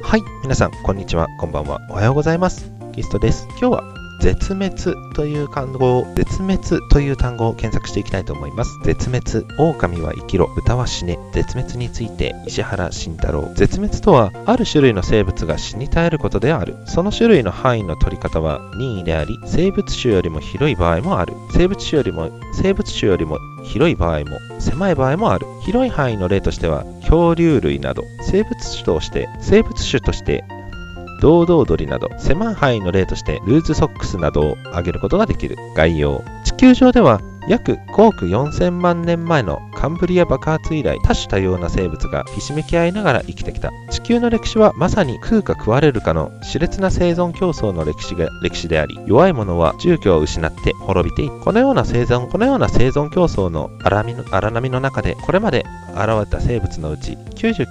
はい、皆さん、こんにちは、こんばんは、おはようございます。キストです。今日は、絶滅という単語を検索していきたいと思います。絶滅、狼は生きろ、豚は死ね。絶滅について、石原慎太郎。絶滅とは、ある種類の生物が死に絶えることである。その種類の範囲の取り方は任意であり、生物種よりも広い場合もある。生物種よりも広い場合も狭い場合もある。広い範囲の例としては恐竜類など、生物種としてドウドウ鳥など、狭い範囲の例としてルーズソックスなどを挙げることができる。概要。地球上では約5億4000万年前のカンブリア爆発以来、多種多様な生物がひしめき合いながら生きてきた。地球の歴史はまさに食うか食われるかの熾烈な生存競争の歴史であり、弱い者は住居を失って滅びていく。このような生存競争の荒波の中で、これまで現れた生物のうち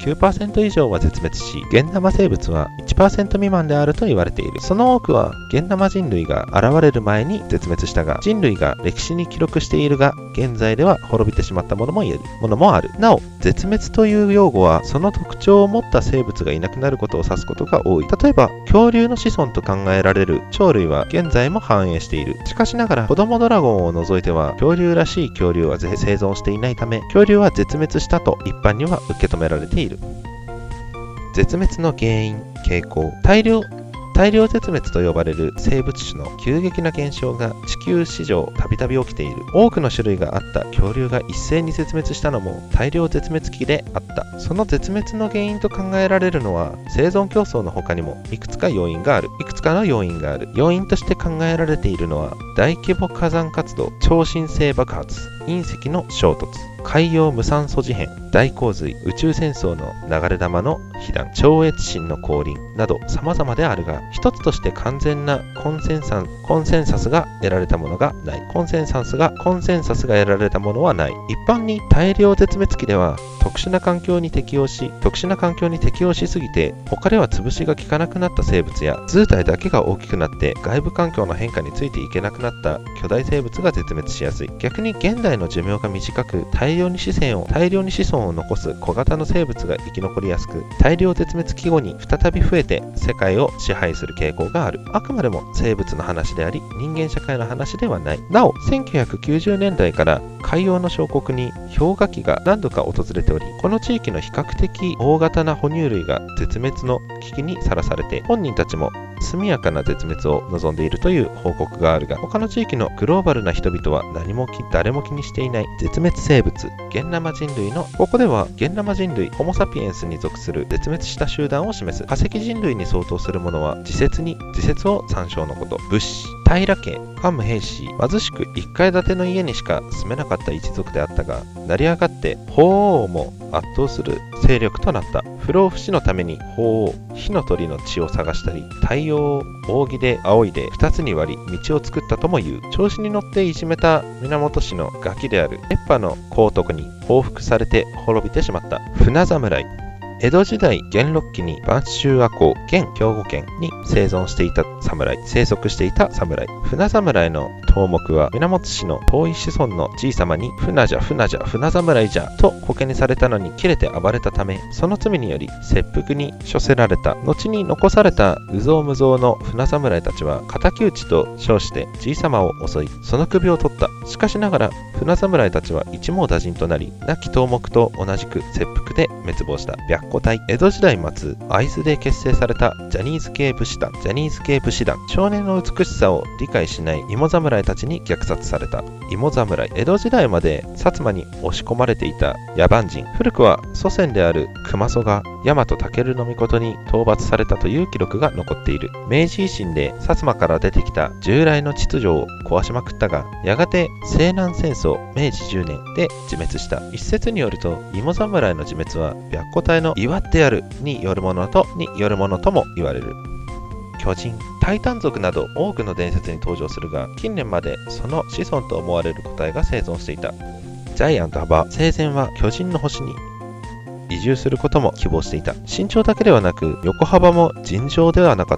99% 以上は絶滅し、現生生物は 1% 未満であると言われている。その多くは現生人類が現れる前に絶滅したが、人類が歴史に記録しているが、現在では滅びてしまったものもある。なお、絶滅という用語はその特徴を持った生物がいなくなることを指すことが多い。例えば、恐竜の子孫と考えられる鳥類は現在も繁栄している。しかしながら、子供ドラゴンを除いては恐竜らしい恐竜は生存していないため、恐竜は絶滅したと一般には受け止められている。絶滅の原因、傾向。大量絶滅と呼ばれる生物種の急激な減少が地球史上たびたび起きている。多くの種類があった恐竜が一斉に絶滅したのも大量絶滅期であった。その絶滅の原因と考えられるのは、生存競争の他にもいくつかの要因がある。要因として考えられているのは、大規模火山活動、超新星爆発、隕石の衝突、海洋無酸素事変、大洪水、宇宙戦争の流れ弾の被弾、超越震の降臨など様々であるが、一つとして完全なコンセンサスが得られたものがない。コンセンサスが得られたものはない。一般に大量絶滅期では特殊な環境に適応しすぎて他では潰しが効かなくなった生物や、図体だけが大きくなって外部環境の変化についていけなくなった巨大生物が絶滅しやすい。逆に現代の寿命が短く、大量に子孫を残す小型の生物が生き残りやすく、大量絶滅期後に再び増えて世界を支配する傾向がある。あくまでも生物の話であり、人間社会の話ではない。なお、1990年代から海洋の小国に氷河期が何度か訪れており、この地域の比較的大型な哺乳類が絶滅の危機にさらされて、本人たちも速やかな絶滅を望んでいるという報告があるが、他の地域のグローバルな人々は誰も気にしていない絶滅生物、現生人類の、ここでは現生人類、ホモサピエンスに属する絶滅した集団を示す。化石人類に相当するものは自説を参照のこと。武士、平家、桓武平氏、貧しく1階建ての家にしか住めなかった一族であったが、成り上がって法皇も圧倒する勢力となった。不老不死のために法皇、火の鳥の血を探したり、太陽を扇で仰いで2つに割り道を作ったとも言う。調子に乗っていじめた源氏のガキである熱波の皇徳に報復されて滅びてしまった。船侍。江戸時代元禄期に播州赤穂、現兵庫県に生息していた侍。船侍の頭目は源氏の遠い子孫のじいさまに船侍じゃとコケにされたのに切れて暴れたため、その罪により切腹に処せられた。後に残された有象無象の船侍たちは敵討ちと称してじいさまを襲い、その首を取った。しかしながら船侍たちは一網打尽となり、亡き頭目と同じく切腹で滅亡した。白虎隊。江戸時代末、会津で結成されたジャニーズ系武士団。少年の美しさを理解しない芋侍たちに虐殺された。芋侍。江戸時代まで薩摩に押し込まれていた野蛮人。古くは祖先である熊曽が大和武尊に討伐されたという記録が残っている。明治維新で薩摩から出てきた従来の秩序を壊しまくったが、やがて西南戦争明治10年で自滅した。一説によると、芋侍の自滅は白虎隊の祝ってやるによるものとも言われる。巨人、タイタン族など多くの伝説に登場するが、近年までその子孫と思われる個体が生存していた。ジャイアント幅。生前は巨人の星に移住することも希望していた。身長だけではなく、横幅も尋常でなかった。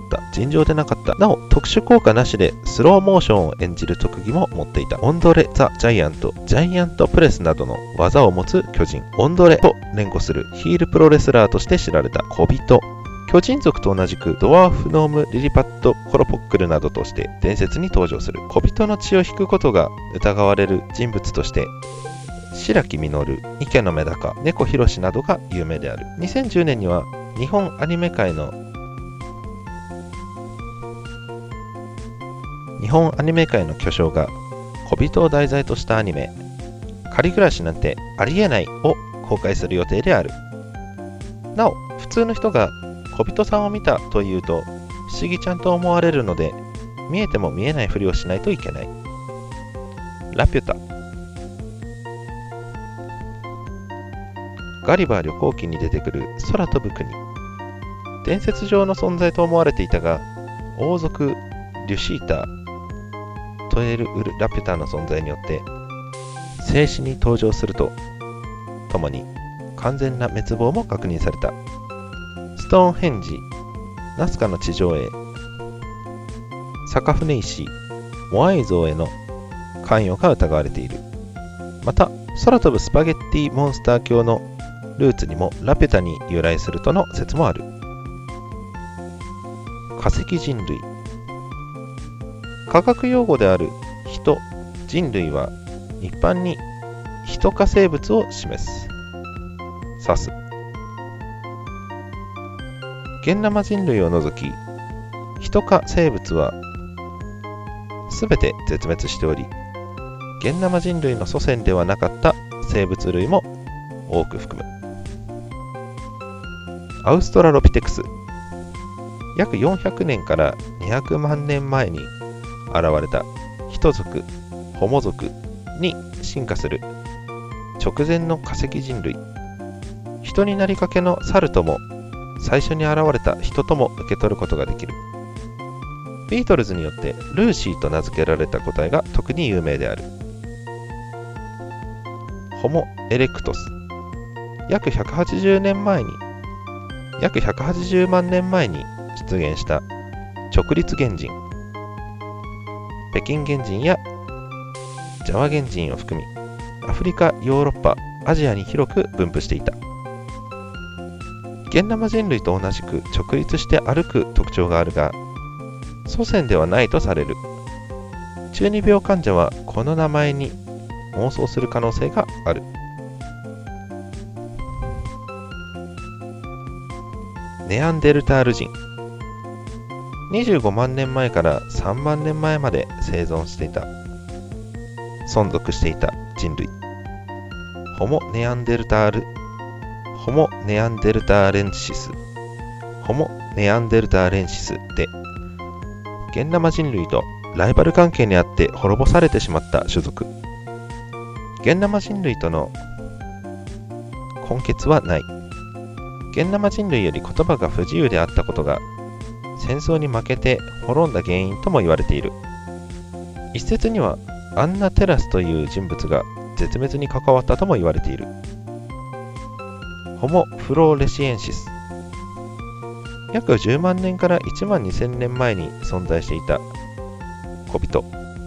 なお、特殊効果なしでスローモーションを演じる特技も持っていた。オンドレ・ザ・ジャイアント、ジャイアントプレスなどの技を持つ巨人。オンドレと連呼するヒールプロレスラーとして知られた小人。 巨人族と同じくドワーフノームリリパッド・コロポックルなどとして伝説に登場する。小人の血を引くことが疑われる人物として白木実、池野メダカ、猫ひろしなどが有名である。2010年には日本アニメ界の巨匠が小人を題材としたアニメ仮暮らしなんてありえないを公開する予定である。なお、普通の人が小人さんを見たというと不思議ちゃんと思われるので、見えても見えないふりをしないといけない。ラピュタ。ガリバー旅行記に出てくる空飛ぶ国。伝説上の存在と思われていたが、王族リュシータトエル・ウル・ラピュタの存在によって静止に登場するとともに完全な滅亡も確認された。ストーンヘンジ、ナスカの地上絵、坂船石、モアイ像への関与が疑われている。また、空飛ぶスパゲッティモンスター教のルーツにもラピュタに由来するとの説もある。化石人類。科学用語である人、人類は一般に人化生物を指す。現生人類を除き、人化生物はすべて絶滅しており、現生人類の祖先ではなかった生物類も多く含む。アウストラロピテクス。約400年から200万年前に現れた人族、ホモ族に進化する直前の化石人類。人になりかけの猿とも最初に現れた人とも受け取ることができる。ビートルズによってルーシーと名付けられた個体が特に有名である。ホモ・エレクトス。約180万年前に出現した直立原人。北京原人やジャワ原人を含み、アフリカ、ヨーロッパ、アジアに広く分布していた。現生人類と同じく直立して歩く特徴があるが、祖先ではないとされる。中二病患者はこの名前に妄想する可能性がある。ネアンデルタール人。25万年前から3万年前まで存続していた人類。ホモ・ネアンデルターレンシスで、現生人類とライバル関係にあって滅ぼされてしまった種族。現生人類との根結はない。現生人類より言葉が不自由であったことが戦争に負けて滅んだ原因とも言われている。一説にはアンナ・テラスという人物が絶滅に関わったとも言われている。ホモ・フローレシエンシス。約10万年から1万2000年前に存在していた小人。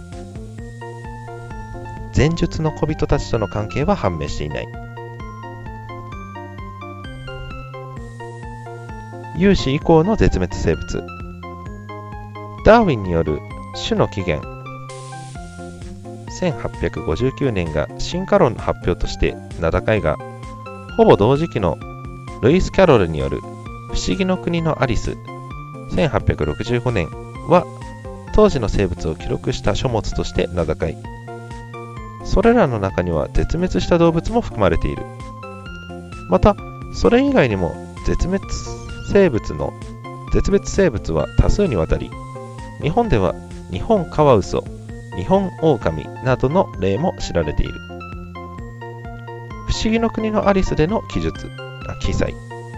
前述の小人たちとの関係は判明していない。有史以降の絶滅生物。ダーウィンによる種の起源。1859年が進化論の発表として名高いが、ほぼ同時期のルイス・キャロルによる不思議の国のアリス1865年は当時の生物を記録した書物として名高い。それらの中には絶滅した動物も含まれている。またそれ以外にも絶滅生物は多数にわたり、日本ではニホンカワウソ、ニホンオオカミなどの例も知られている。不思議の国のアリスでの記載。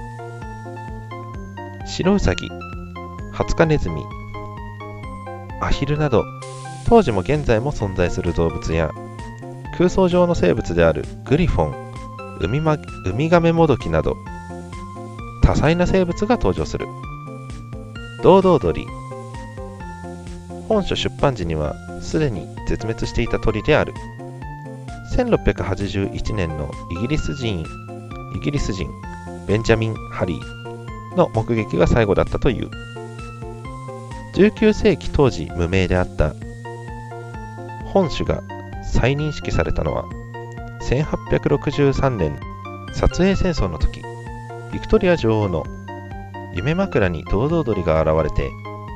白ウサギ、ハツカネズミ、アヒルなど当時も現在も存在する動物や、空想上の生物であるグリフォン、ウミガメモドキなど多彩な生物が登場する。ドウドウ鳥。本書出版時にはすでに絶滅していた鳥である。1681年のイギリス人ベンジャミン・ハリーの目撃が最後だったという。19世紀当時無名であった本種が再認識されたのは1863年撮影戦争の時、ビクトリア女王の夢枕に堂々鳥が現れて、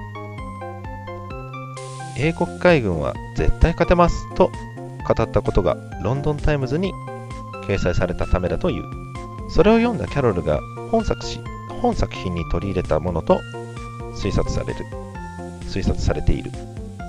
英国海軍は絶対勝てますと語ったことがロンドンタイムズに掲載されたためだという。それを読んだキャロルが本作品に取り入れたものと推察されている。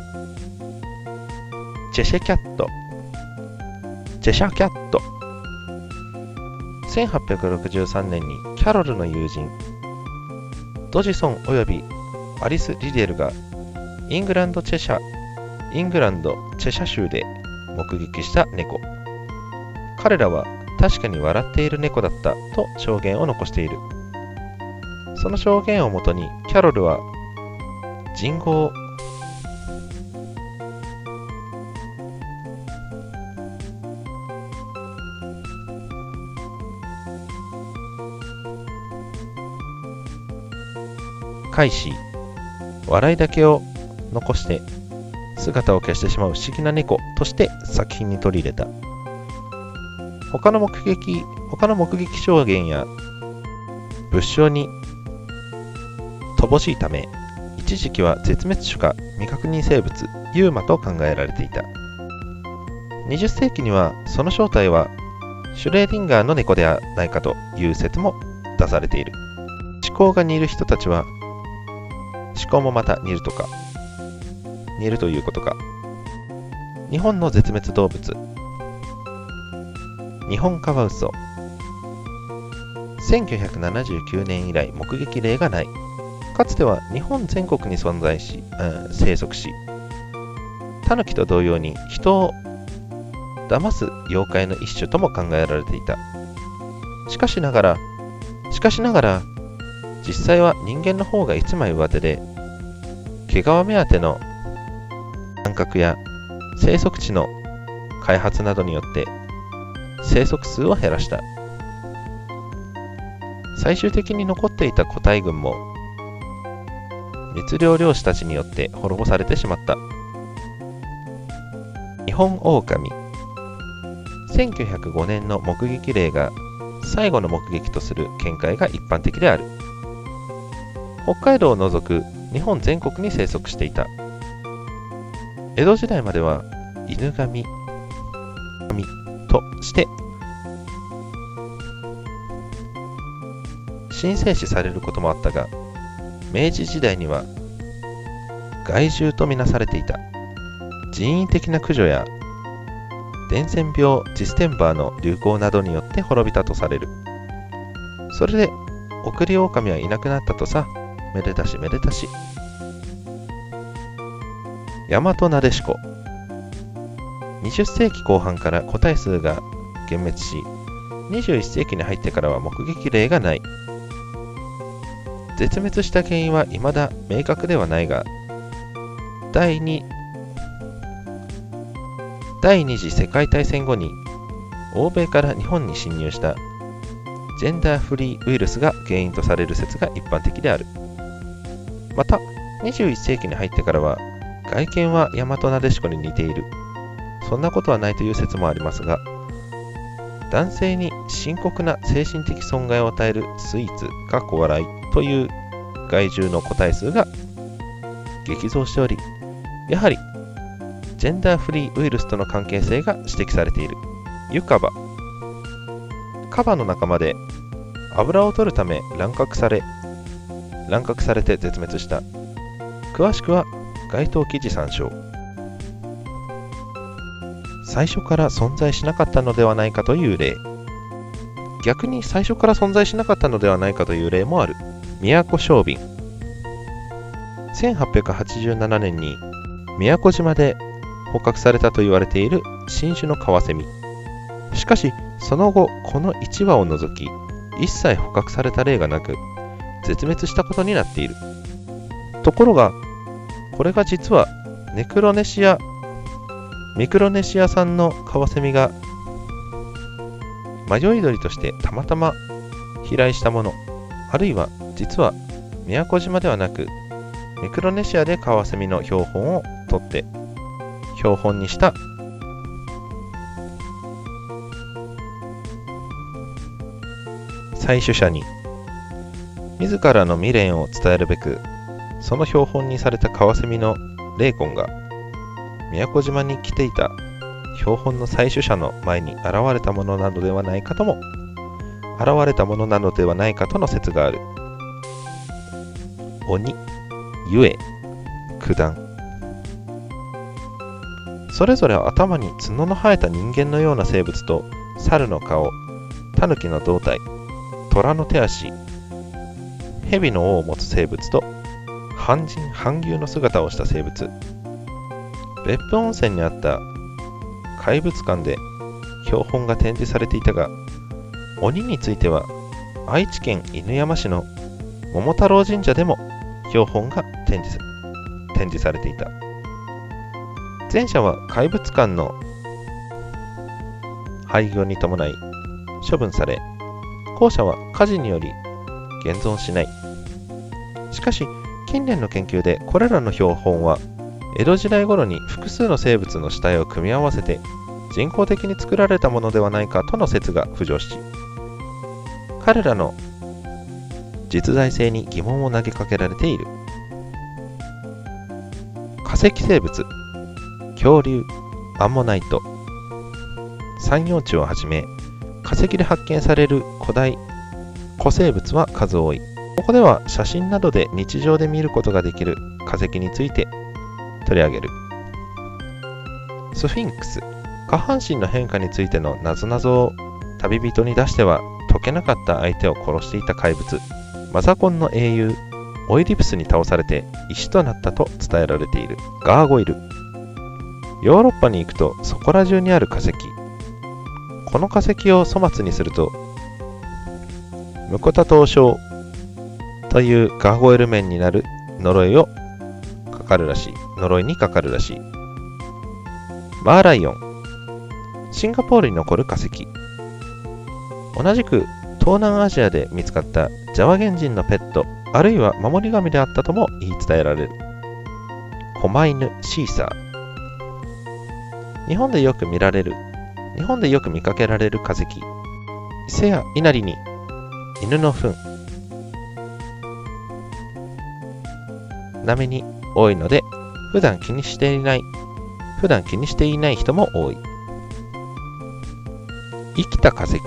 チェシャキャット。1863年にキャロルの友人ドジソンおよびアリス・リデルがイングランドチェシャ州で目撃した猫。彼らは確かに笑っている猫だったと証言を残している。その証言をもとにキャロルは人語返し、笑いだけを残して姿を消してしまう不思議な猫として作品に取り入れた。他の目撃証言や物証に乏しいため、一時期は絶滅種か未確認生物ユーマと考えられていた。20世紀にはその正体はシュレーディンガーの猫ではないかという説も出されている。思考が似る人たちは思考もまた似るということか。日本の絶滅動物、ニホンカワウソ。1979年以来目撃例がない。かつては日本全国に生息し、タヌキと同様に人を騙す妖怪の一種とも考えられていた。しかしながら実際は人間の方が一枚上手で、毛皮目当ての感覚や生息地の開発などによって生息数を減らした。最終的に残っていた個体群も密猟猟師たちによって滅ぼされてしまった。ニホンオオカミ。1905年の目撃例が最後の目撃とする見解が一般的である。北海道を除く日本全国に生息していた。江戸時代までは犬神として神聖視されることもあったが、明治時代には害獣とみなされていた。人為的な駆除や伝染病ジステンバーの流行などによって滅びたとされる。それでオクリオオカミはいなくなったとさ。めでたしめでたし。大和なでしこ。20世紀後半から個体数が減滅し、21世紀に入ってからは目撃例がない。絶滅した原因は未だ明確ではないが、第二次世界大戦後に欧米から日本に侵入したジェンダーフリーウイルスが原因とされる説が一般的である。また、21世紀に入ってからは外見は大和なでしこに似ている。そんなことはないという説もありますが、男性に深刻な精神的損害を与えるスイーツ笑いという害獣の個体数が激増しており、やはりジェンダーフリーウイルスとの関係性が指摘されている。ユカバ。カバの仲間で油を取るため乱獲されて絶滅した。詳しくは該当記事参照。最初から存在しなかったのではないかという例。逆に最初から存在しなかったのではないかという例もある。宮古小瓶。1887年に宮古島で捕獲されたと言われている新種のカワセミ。しかしその後この1羽を除き一切捕獲された例がなく、絶滅したことになっている。ところがこれが実はミクロネシア産のカワセミが迷い鳥としてたまたま飛来したもの、あるいは実は宮古島ではなくミクロネシアでカワセミの標本を取って標本にした採取者に自らの未練を伝えるべく、その標本にされたカワセミのレイコンが宮古島に来ていた標本の採取者の前に現れたものなのではないかとの説がある。鬼、ゆえ、九段。それぞれ頭に角の生えた人間のような生物と猿の顔、タヌキの胴体、虎の手足、蛇の尾を持つ生物と半人半牛の姿をした生物。別府温泉にあった怪物館で標本が展示されていたが、鬼については愛知県犬山市の桃太郎神社でも標本が展示されていた。前者は怪物館の廃業に伴い処分され、後者は火事により現存しない。しかし近年の研究でこれらの標本は江戸時代頃に複数の生物の死体を組み合わせて人工的に作られたものではないかとの説が浮上し、彼らの実在性に疑問を投げかけられている。化石生物、恐竜、アンモナイト、三葉虫をはじめ化石で発見される古代古生物は数多い。ここでは写真などで日常で見ることができる化石について取り上げる。スフィンクス、下半身の変化についての謎々を旅人に出しては解けなかった相手を殺していた怪物、マザコンの英雄オイディプスに倒されて石となったと伝えられている。ガーゴイル、ヨーロッパに行くとそこら中にある化石。この化石を粗末にするとムコタ島症というガーゴイル面になる呪いにかかるらしい。マーライオン、シンガポールに残る化石。同じく東南アジアで見つかったジャワ原人のペット、あるいは守り神であったとも言い伝えられる。狛犬シーサー、日本でよく見かけられる化石。伊勢や稲荷に犬の糞、並みに多いので普段気にしていない人も多い。生きた化石、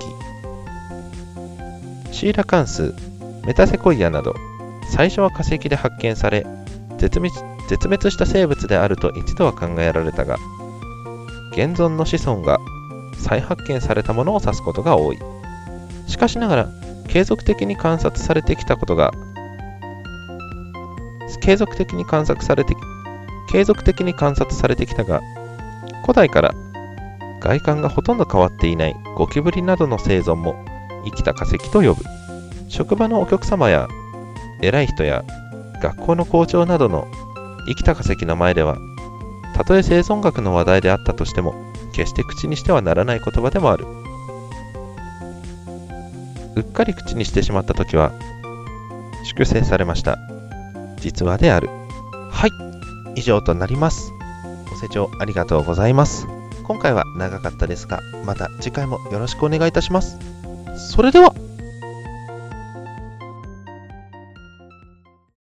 シーラカンス、メタセコイアなど最初は化石で発見され絶滅した生物であると一度は考えられたが、現存の子孫が再発見されたものを指すことが多い。しかしながら継続的に観察されてきたが、古代から外観がほとんど変わっていないゴキブリなどの生存も生きた化石と呼ぶ。職場のお客様や偉い人や学校の校長などの生きた化石の前では、たとえ生存学の話題であったとしても決して口にしてはならない言葉でもある。うっかり口にしてしまったときは粛清されました。実話である。はい、以上となります。ご清聴ありがとうございます。今回は長かったですが、また次回もよろしくお願いいたします。それでは。